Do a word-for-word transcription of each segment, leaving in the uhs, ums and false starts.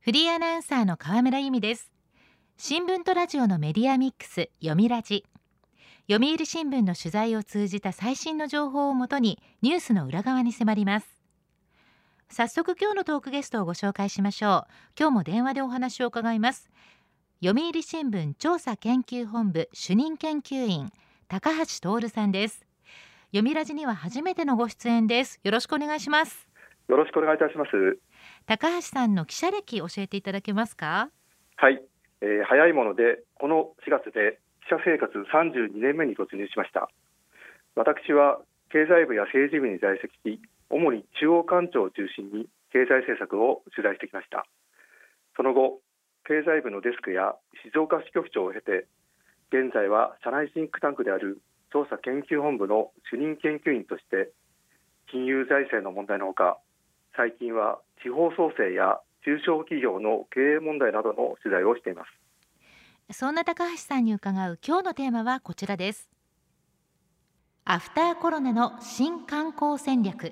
フリーアナウンサーの河村由美です。新聞とラジオのメディアミックス、読みラジ。読売新聞の取材を通じた最新の情報をもとにニュースの裏側に迫ります。早速今日のトークゲストをご紹介しましょう。今日も電話でお話を伺います。読売新聞調査研究本部主任研究員高橋徹さんです。読みラジには初めてのご出演です。よろしくお願いします。 よろしくお願いいたします。 高橋さんの記者歴教えていただけますか？ はい、えー、早いものでこのしがつで記者生活さんじゅうにねんめに突入しました。私は経済部や政治部に在籍し、主に中央官庁を中心に経済政策を取材してきました。その後、経済部のデスクや静岡支局長を経て、現在は社内シンクタンクである調査研究本部の主任研究員として金融財政の問題のほか、最近は地方創生や中小企業の経営問題などの取材をしています。 そんな高橋さんに伺う今日のテーマはこちらです。アフターコロナの新観光戦略。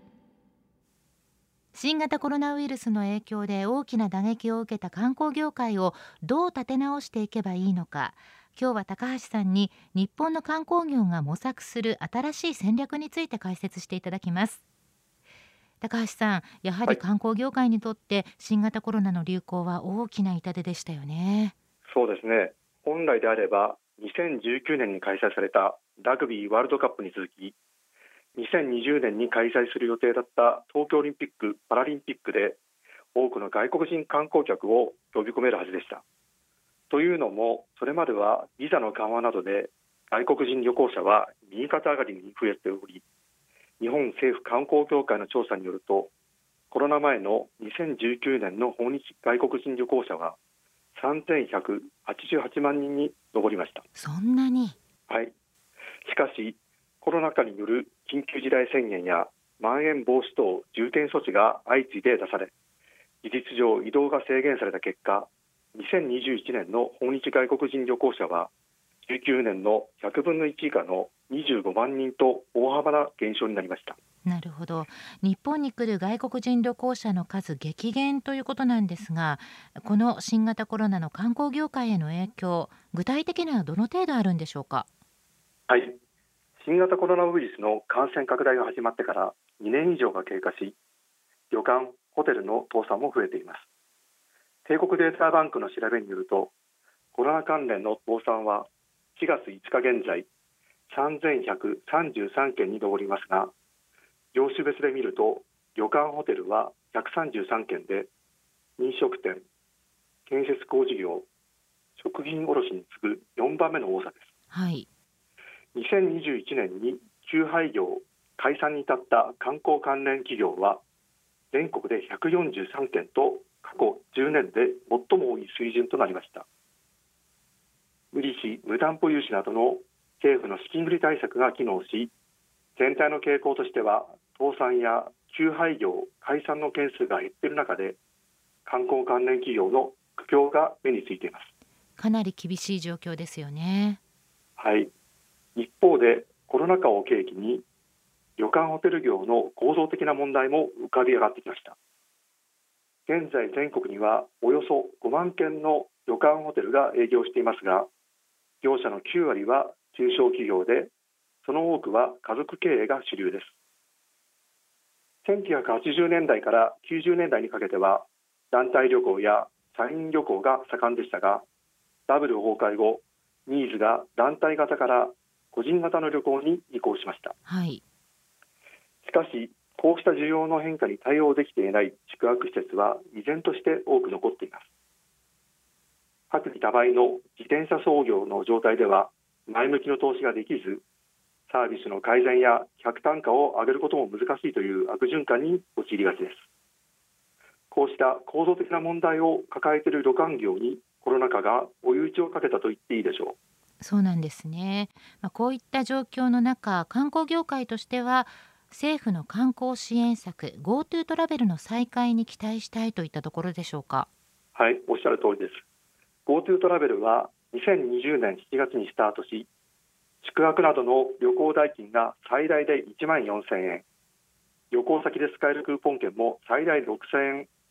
新型コロナウイルスの影響で大きな打撃を受けた観光業界をどう立て直していけばいいのか、今日は高橋さんに日本の観光業が模索する新しい戦略について解説していただきます。高橋さん、やはり観光業界にとって新型コロナの流行は大きな痛手でしたよね。 そうですね。本来であればにせんじゅうきゅうねんに開催されたラグビーワールドカップに続き、にせんにじゅうねんに開催する予定だった東京オリンピック・パラリンピックで多くの外国人観光客を呼び込めるはずでした。というのも、それまではビザの緩和などで外国人旅行者は右肩上がりに増えており、日本政府観光協会の調査によると、コロナ前のにせんじゅうきゅうねんの訪日外国人旅行者はさんぜんひゃくはちじゅうはちまんにんに上りました。 そんなに。 はい。しかし、コロナ禍による緊急事態宣言やまん延防止等重点措置が相次いで出され、事実上移動が制限された結果、にせんにじゅういちねんの訪日外国人旅行者はじゅうきゅうねんのひゃくぶんのいち以下のにじゅうごまんにんと大幅な減少になりました。 なるほど。日本に来る外国人旅行者の数激減ということなんですが、この新型コロナの観光業界への影響、具体的にはどの程度あるんでしょうか？ はい、新型コロナウイルスの感染拡大が始まってからにねん以上が経過し、旅館・ホテルの倒産も増えています。帝国データバンクの調べによると、コロナ関連の倒産はしがついつか現在さんぜんひゃくさんじゅうさんけんに上りますが、業種別で見ると旅館・ホテルはひゃくさんじゅうさんけんで、飲食店、建設工事業、食品卸に次ぐよんばんめの多さです。 はい。 にせんにじゅういちねんに休廃業・解散に至った観光関連企業は全国でひゃくよんじゅうさんけんと、過去じゅうねんで最も多い水準となりました。無利子・無担保融資などの政府の資金繰り対策が機能し、全体の傾向としては倒産や休廃業・解散の件数が減っている中で、観光関連企業の苦境が目についています。 かなり厳しい状況ですよね。 はい。一方でコロナ禍を契機に旅館・ホテル業の構造的な問題も浮かび上がってきました。現在全国にはおよそごまんけんの旅館・ホテルが営業していますが、業者のきゅうわりは中小企業で、その多くは家族経営が主流です。せんきゅうひゃくはちじゅうねんだいからきゅうじゅうねんだいにかけては団体旅行や社員旅行が盛んでしたが、バブル崩壊後、ニーズが団体型から個人型の旅行に移行しました。 はい。 しかし、こうした需要の変化に対応できていない宿泊施設は依然として多く残っています。薄利多売の自転車操業の状態では前向きの投資ができず、サービスの改善や客単価を上げることも難しいという悪循環に陥りがちです。こうした構造的な問題を抱えている旅館業にコロナ禍が追い打ちをかけたと言っていいでしょう。 そうなんですね。まあ、こういった状況の中、観光業界としては政府の観光支援策 GoTo トラベルの再開に期待したいといったところでしょうか？ はい、おっしゃる通りです。 GoTo トラベルはにせんにじゅうねんしちがつにスタートし、宿泊などの旅行代金が最大でいちまんよんせんえん、旅行先で使えるクーポン券も最大ろくせんえん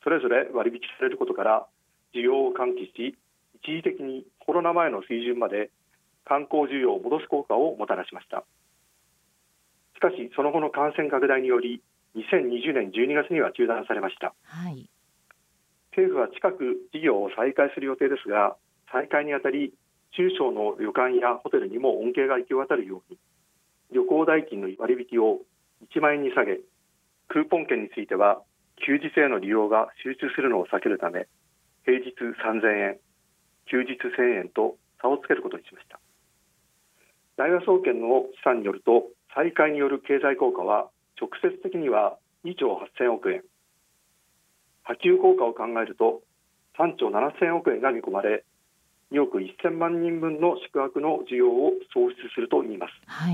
それぞれ割引されることから需要を喚起し、一時的にコロナ前の水準まで観光需要を戻す効果をもたらしました。しかしその後の感染拡大によりにせんにじゅうねんじゅうにがつには中断されました。 はい、 政府は近く事業を再開する予定ですが、再開にあたり中小の旅館やホテルにも恩恵が行き渡るように旅行代金の割引をいちまんえんに下げ、クーポン券については休日への利用が集中するのを避けるため平日さんぜんえん、休日せんえんと差をつけることにしました。大和総研の試算によると、再開による経済効果は直接的にはにちょうはっせんおくえん、波及効果を考えるとさんちょうななせんおくえんが見込まれ、におくせんまんにんぶんの宿泊の需要を創出するといいます。 はい、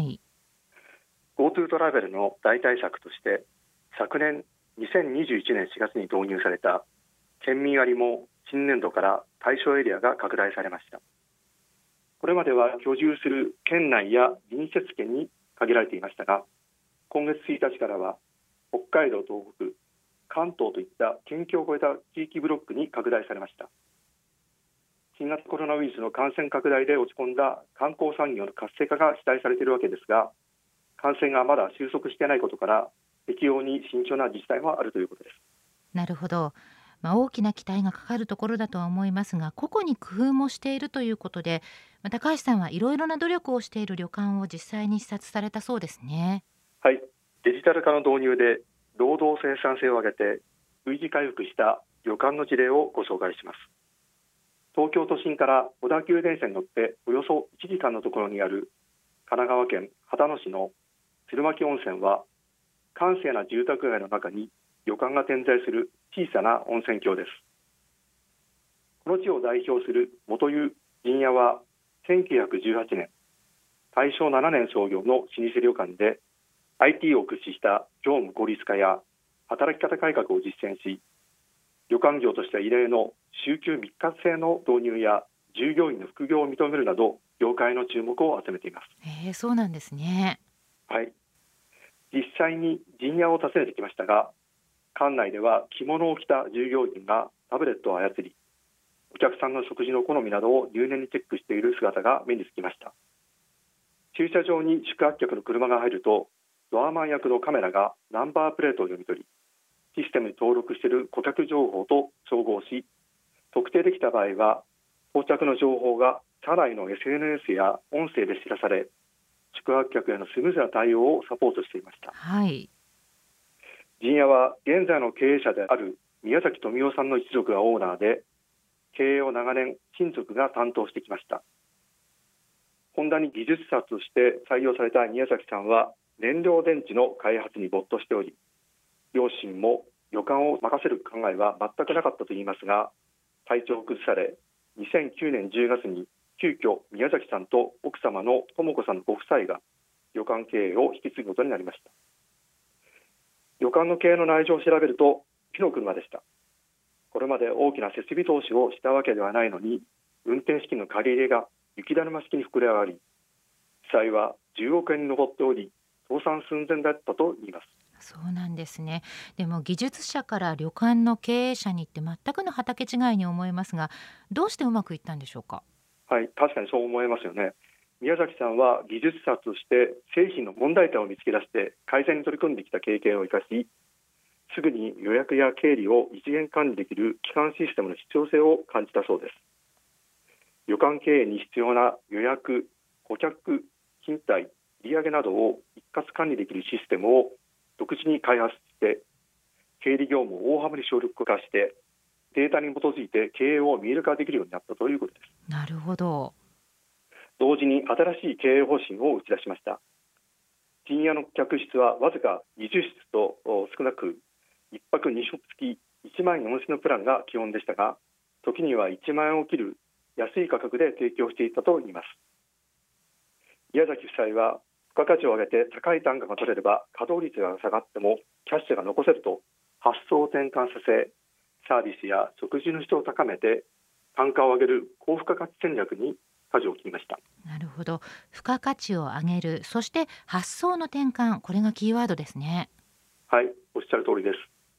GoTo トラベルの代替策として昨年にせんにじゅういちねんしがつに導入された県民割も新年度から対象エリアが拡大されました。これまでは居住する県内や隣接県に限られていましたが、今月ついたちからは北海道、東北、関東といった県境を越えた地域ブロックに拡大されました。新型コロナウイルスの感染拡大で落ち込んだ観光産業の活性化が期待されているわけですが、感染がまだ収束していないことから適用に慎重な自治体もあるということです。 なるほど。まあ、大きな期待がかかるところだとは思いますが、個々に工夫もしているということで、まあ、高橋さんはいろいろな努力をしている旅館を実際に視察されたそうですね。 はい、デジタル化の導入で労働生産性を上げて V 字回復した旅館の事例をご紹介します。東京都心から小田急電車に乗っておよそいちじかんのところにある神奈川県秦野市の鶴巻温泉は、閑静な住宅街の中に旅館が点在する小さな温泉郷です。この地を代表する元湯陣屋はせんきゅうひゃくじゅうはちねん、大正ななねん創業の老舗旅館で アイティー を駆使した業務効率化や働き方改革を実践し、旅館業としては異例の週休みっか制の導入や従業員の副業を認めるなど業界の注目を集めています。 へえ、そうなんですね。 はい、実際に陣屋を訪ねてきましたが、館内では着物を着た従業員がタブレットを操り、お客さんの食事の好みなどを入念にチェックしている姿が目につきました。駐車場に宿泊客の車が入ると、ドアマン役のカメラがナンバープレートを読み取り、システムに登録している顧客情報と照合し、特定できた場合は到着の情報が社内の エスエヌエス や音声で知らされ、宿泊客へのスムーズな対応をサポートしていました。 はい、 陣屋は現在の経営者である宮崎富夫さんの一族がオーナーで、経営を長年親族が担当してきました。ホンダに技術者として採用された宮崎さんは燃料電池の開発に没頭しており、両親も旅館を任せる考えは全くなかったといいますが、体調を崩されにせんきゅうねんじゅうがつに急遽宮崎さんと奥様の智子さんのご夫妻が旅館経営を引き継ぐことになりました。旅館の経営の内情を調べると火の車でした。これまで大きな設備投資をしたわけではないのに、運転資金の借り入れが雪だるま式に膨れ上がり、負債はじゅうおくえんに上っており、倒産寸前だったといいます。 そうなんですね。でも技術者から旅館の経営者にって全くの畑違いに思えますが、どうしてうまくいったんでしょうか。 はい、確かにそう思いますよね。宮崎さんは技術者として製品の問題点を見つけ出して改善に取り組んできた経験を生かし、すぐに予約や経理を一元管理できる基幹システムの必要性を感じたそうです。旅館経営に必要な予約、顧客、勤怠、売上などを一括管理できるシステムを独自に開発して、経理業務を大幅に省力化してデータに基づいて経営を見える化できるようになったということです。 なるほど。 同時に新しい経営方針を打ち出しました。陣屋の客室はわずかにじゅっしつと少なく、いっぱくにしょく付きいちまんよんせんえんのプランが基本でしたが、時にはいちまんえんを切る安い価格で提供していたといいます。宮崎夫妻は付加価値を上げて高い単価が取れれば稼働率が下がってもキャッシュが残せると発想を転換させ、サービスや食事の質を高めて単価を上げる高付加価値戦略に舵を切りました。 なるほど。付加価値を上げる、そして発想の転換、これがキーワードですね。 はい、おっしゃる通りです。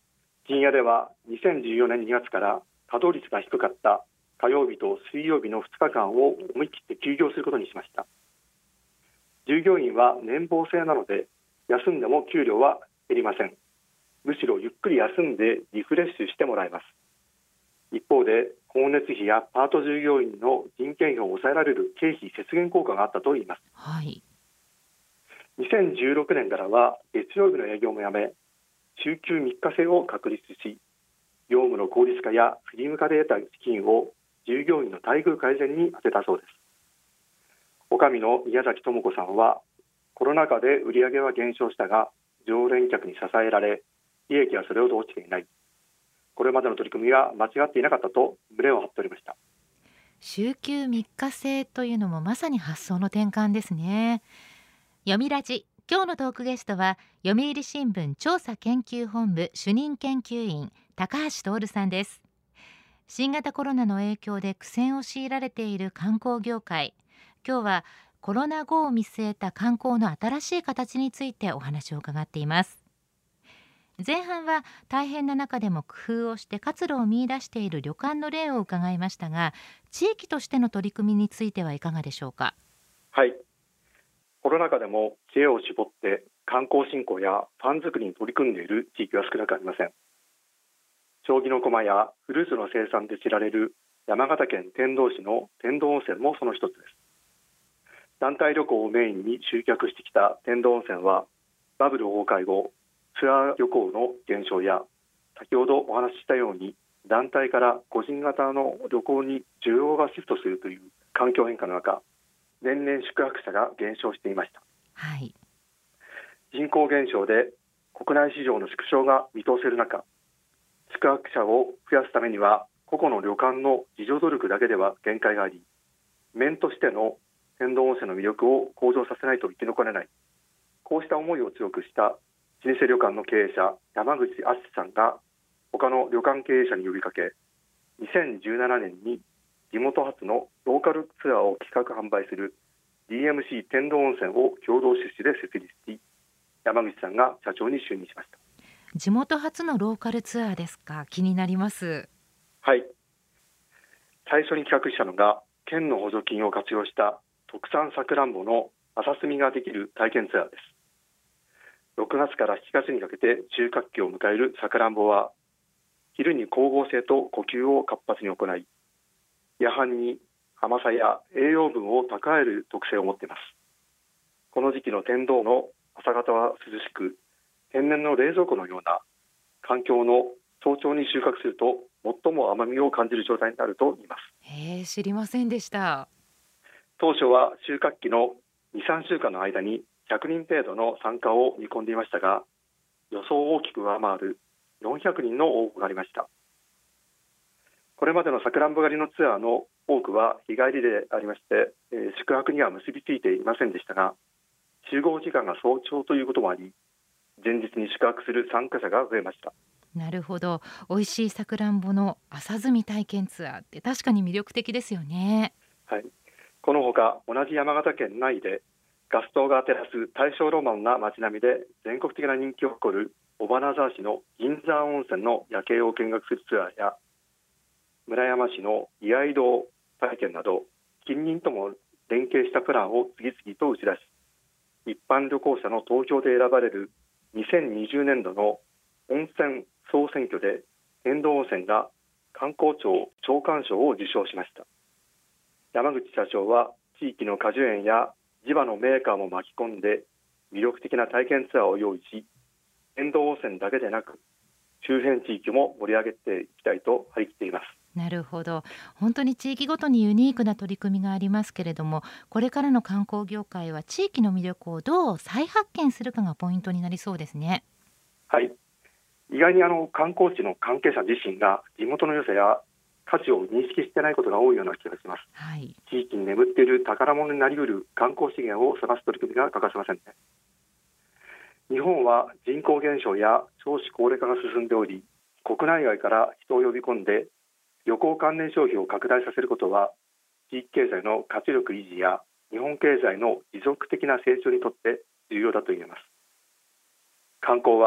陣屋ではにせんじゅうよねんにがつから稼働率が低かった火曜日と水曜日のふつかかんを思い切って休業することにしました。従業員は年俸制なので休んでも給料は減りません。むしろゆっくり休んでリフレッシュしてもらいます。一方で光熱費やパート従業員の人件費を抑えられる経費節減効果があったといいます。 はい、 にせんじゅうろくねんからは月曜日の営業もやめ、週休みっか制を確立し、業務の効率化やフィルム化で得た資金を従業員の待遇改善に充てたそうです。おかみの宮崎智子さんは、コロナ禍で売上は減少したが常連客に支えられ利益はそれほど落ちていない、これまでの取り組みは間違っていなかったと胸を張っておりました。 週休みっか制というのもまさに発想の転換ですね。読みラジ、今日のトークゲストは読売新聞調査研究本部主任研究員高橋徹さんです。新型コロナの影響で苦戦を強いられている観光業界、今日はコロナ後を見据えた観光の新しい形についてお話を伺っています。前半は大変な中でも工夫をして活路を見出している旅館の例を伺いましたが、地域としての取り組みについてはいかがでしょうか。 はい、コロナ禍でも知恵を絞って観光振興やファン作りに取り組んでいる地域は少なくありません。将棋の駒やフルーツの生産で知られる山形県天童市の天童温泉もその一つです。団体旅行をメインに集客してきた天童温泉は、バブル崩壊後ツアー旅行の減少や、先ほどお話ししたように団体から個人型の旅行に需要がシフトするという環境変化の中、年々宿泊者が減少していました。 はい、 人口減少で国内市場の縮小が見通せる中、宿泊者を増やすためには個々の旅館の自助努力だけでは限界があり、面としての天童温泉の魅力を向上させないと生き残れない、こうした思いを強くした老舗旅館の経営者山口敦さんが他の旅館経営者に呼びかけ、にせんじゅうななねんに地元発のローカルツアーを企画販売する ディーエムシー 天童温泉を共同出資で設立し、山口さんが社長に就任しました。 地元発のローカルツアーですか。気になります。 はい、最初に企画したのが県の補助金を活用した特産さくらんぼの朝摘みができる体験ツアーです。ろくがつからしちがつにかけて収穫期を迎えるさくらんぼは、昼に光合成と呼吸を活発に行い、夜半に甘さや栄養分を蓄える特性を持っています。この時期の天童の朝方は涼しく、天然の冷蔵庫のような環境の早朝に収穫すると最も甘みを感じる状態になると言います。 へえ、知りませんでした。 当初は収穫期の にさんしゅうかんの間にひゃくにん程度の参加を見込んでいましたが、予想を大きく上回るよんひゃくにんの応募がありました。これまでのさくらんぼ狩りのツアーの多くは日帰りでありまして、えー、宿泊には結びついていませんでしたが、集合時間が早朝ということもあり、前日に宿泊する参加者が増えました。 なるほど。美味しいさくらんぼの朝摘み体験ツアーって確かに魅力的ですよね。 はい、このほか同じ山形県内でガス灯が照らす大正ロマンな街並みで全国的な人気を誇る尾花沢市の銀山温泉の夜景を見学するツアーや、村山市の居合堂体験など近隣とも連携したプランを次々と打ち出し、一般旅行者の投票で選ばれるにせんにじゅうねんどの温泉総選挙で天童温泉が観光庁長官賞を受賞しました。山口社長は地域の果樹園や地場のメーカーも巻き込んで魅力的な体験ツアーを用意し、天童温泉だけでなく周辺地域も盛り上げていきたいと張り切っています。 なるほど。本当に地域ごとにユニークな取り組みがありますけれども、これからの観光業界は地域の魅力をどう再発見するかがポイントになりそうですね。 はい、意外にあの観光地の関係者自身が地元の良さや価値を認識していないことが多いような気がします。 はい、 地域に眠っている宝物になりうる観光資源を探す取り組みが欠かせませんね。日本は人口減少や少子高齢化が進んでおり、国内外から人を呼び込んで旅行関連消費を拡大させることは、地域経済の活力維持や日本経済の持続的な成長にとって重要だと言えます。観光は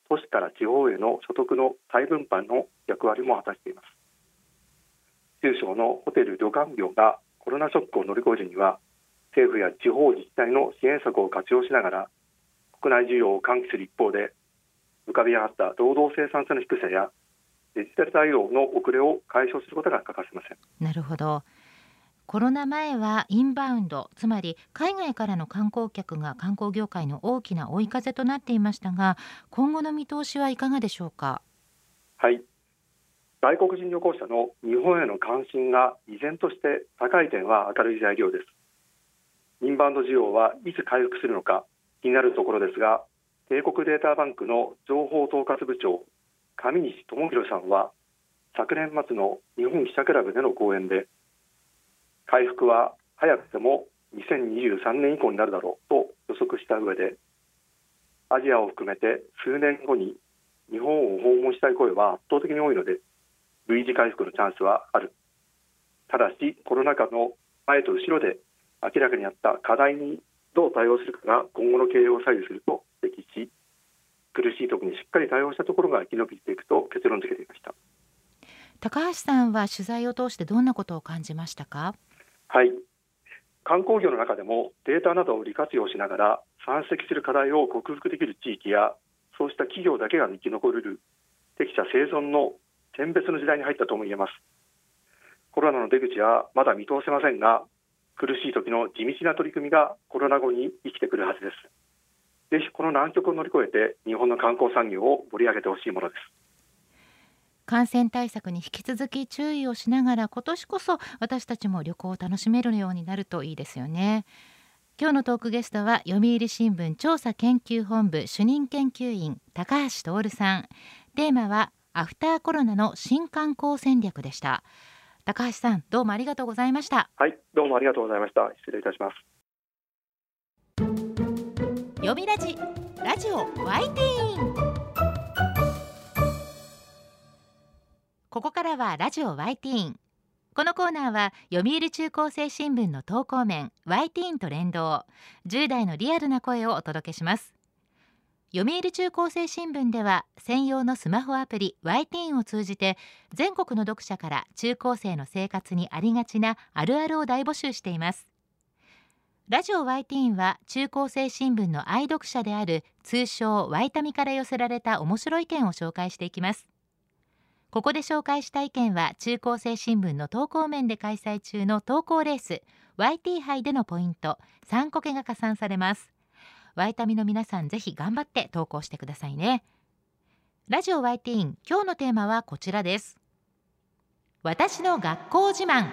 都市から地方への所得の再分配の役割も果たしています。中小のホテル旅館業がコロナショックを乗り越えるには、政府や地方自治体の支援策を活用しながら国内需要を喚起する一方で、浮かび上がった労働生産性の低さやデジタル対応の遅れを解消することが欠かせません。 なるほど。コロナ前はインバウンド、つまり海外からの観光客が観光業界の大きな追い風となっていましたが、今後の見通しはいかがでしょうか。 はい、外国人旅行者の日本への関心が依然として高い点は明るい材料です。インバウンド需要はいつ回復するのか気になるところですが、帝国データバンクの情報統括部長上西智弘さんは昨年末の日本記者クラブでの講演で、回復は早くてもにせんにじゅうさんねん以降になるだろうと予測した上で、アジアを含めて数年後に日本を訪問したい声は圧倒的に多いので V 字回復のチャンスはある。ただしコロナ禍の前と後ろで明らかになった課題にどう対応するかが今後の経営を左右すると指摘し、苦しい時にしっかり対応したところが生き延びていくと結論付けていました。 高橋さんは取材を通してどんなことを感じましたか。 はい、観光業の中でもデータなどを利活用しながら山積する課題を克服できる地域や、そうした企業だけが生き残れる適者生存の選別の時代に入ったとも言えます。コロナの出口はまだ見通せませんが、苦しい時の地道な取り組みがコロナ後に生きてくるはずです。ぜひこの難局を乗り越えて日本の観光産業を盛り上げてほしいものです。 感染対策に引き続き注意をしながら、今年こそ私たちも旅行を楽しめるようになるといいですよね。今日のトークゲストは読売新聞調査研究本部主任研究員高橋徹さん。テーマはアフターコロナの新観光戦略でした。高橋さん、どうもありがとうございました。 はい、どうもありがとうございました。失礼いたします。 読みラジラジオワイティーン。ここからはラジオワイティーン。このコーナーは読売中高生新聞の投稿面ワイティーンと連動、じゅう代のリアルな声をお届けします。読売中高生新聞では専用のスマホアプリワイティーンを通じて、全国の読者から中高生の生活にありがちなあるあるを大募集しています。ラジオワイティーンは中高生新聞の愛読者である通称ワイタミから寄せられた面白い意見を紹介していきます。ここで紹介した意見は中高生新聞の投稿面で開催中の投稿レース ワイティー 杯でのポイントさんこけが加算されます。ワイタミの皆さん、ぜひ頑張って投稿してくださいね。ラジオワイティーン、今日のテーマはこちらです。私の学校自慢。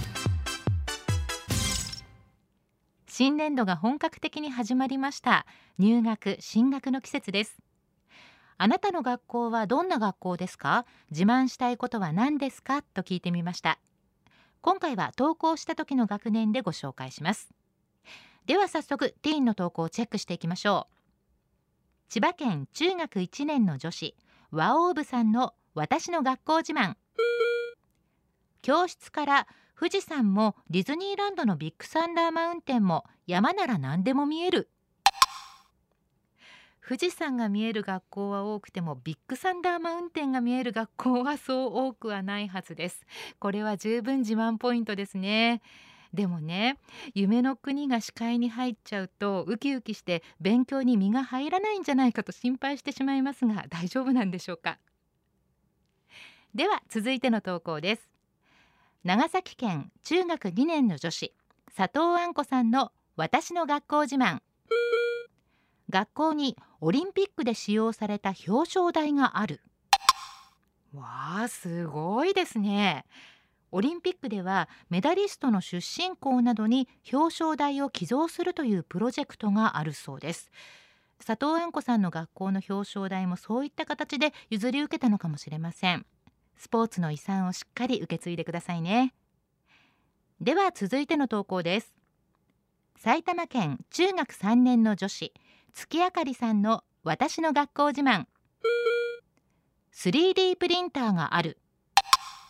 新年度が本格的に始まりました。入学進学の季節です。あなたの学校はどんな学校ですか？自慢したいことは何ですか？と聞いてみました。今回は投稿した時の学年でご紹介します。では早速ティーンの投稿をチェックしていきましょう。千葉県中学いちねんの女子和オーブさんの私の学校自慢。教室から富士山もディズニーランドのビッグサンダーマウンテンも山なら何でも見える。富士山が見える学校は多くてもビッグサンダーマウンテンが見える学校はそう多くはないはずです。これは十分自慢ポイントですね。でもね、夢の国が視界に入っちゃうとウキウキして勉強に身が入らないんじゃないかと心配してしまいますが、大丈夫なんでしょうか。では続いての投稿です。長崎県中学にねんの女子佐藤杏子さんの私の学校自慢。学校にオリンピックで使用された表彰台がある。わあ、すごいですね。オリンピックではメダリストの出身校などに表彰台を寄贈するというプロジェクトがあるそうです。佐藤杏子さんの学校の表彰台もそういった形で譲り受けたのかもしれません。スポーツの遺産をしっかり受け継いでくださいね。では続いての投稿です。埼玉県中学さんねんの女子月あかりさんの私の学校自慢。スリーディー プリンターがある。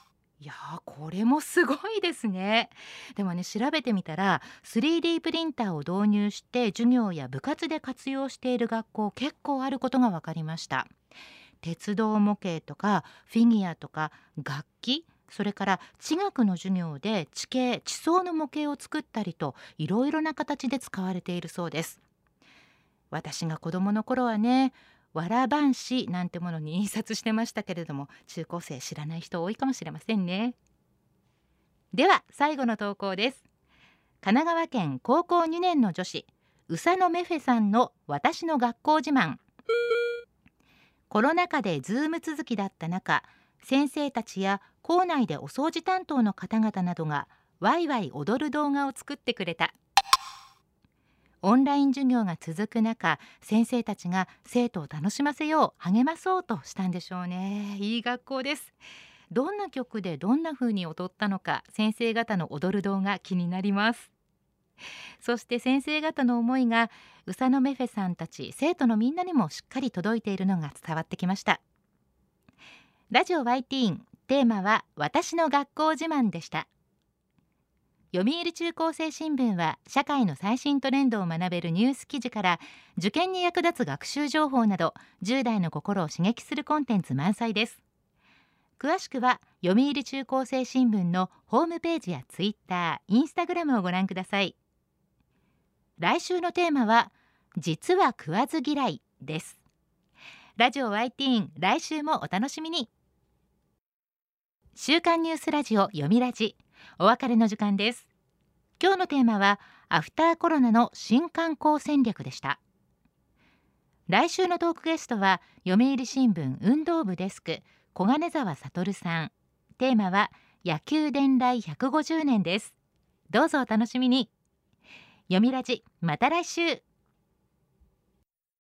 いやー、これもすごいですね。でもね、調べてみたら スリーディー プリンターを導入して授業や部活で活用している学校結構あることが分かりました。鉄道模型とかフィギュアとか楽器、それから地学の授業で地形地層の模型を作ったりと、いろいろな形で使われているそうです。私が子供の頃はね、わらばんしなんてものに印刷してましたけれども、中高生知らない人多いかもしれませんね。では最後の投稿です。神奈川県高校にねんの女子宇佐野メフェさんの私の学校自慢。コロナ禍でズーム続きだった中、先生たちや校内でお掃除担当の方々などがワイワイ踊る動画を作ってくれた。オンライン授業が続く中、先生たちが生徒を楽しませよう励まそうとしたんでしょうね。いい学校です。どんな曲でどんな風に踊ったのか、先生方の踊る動画気になります。そして先生方の思いが宇佐野メフェさんたち生徒のみんなにもしっかり届いているのが伝わってきました。ラジオ ワイティーン、テーマは私の学校自慢でした。読売中高生新聞は社会の最新トレンドを学べるニュース記事から受験に役立つ学習情報などじゅう代の心を刺激するコンテンツ満載です。詳しくは読売中高生新聞のホームページやツイッター、インスタグラムをご覧ください。来週のテーマは実は食わず嫌いです。ラジオ ワイティーン、来週もお楽しみに。週刊ニュースラジオ読みラジ、お別れの時間です。今日のテーマはアフターコロナの新観光戦略でした。来週のトークゲストは読売新聞運動部デスク小金沢悟さん。テーマは野球伝来ひゃくごじゅうねんです。どうぞお楽しみに。読みラジ、また来週。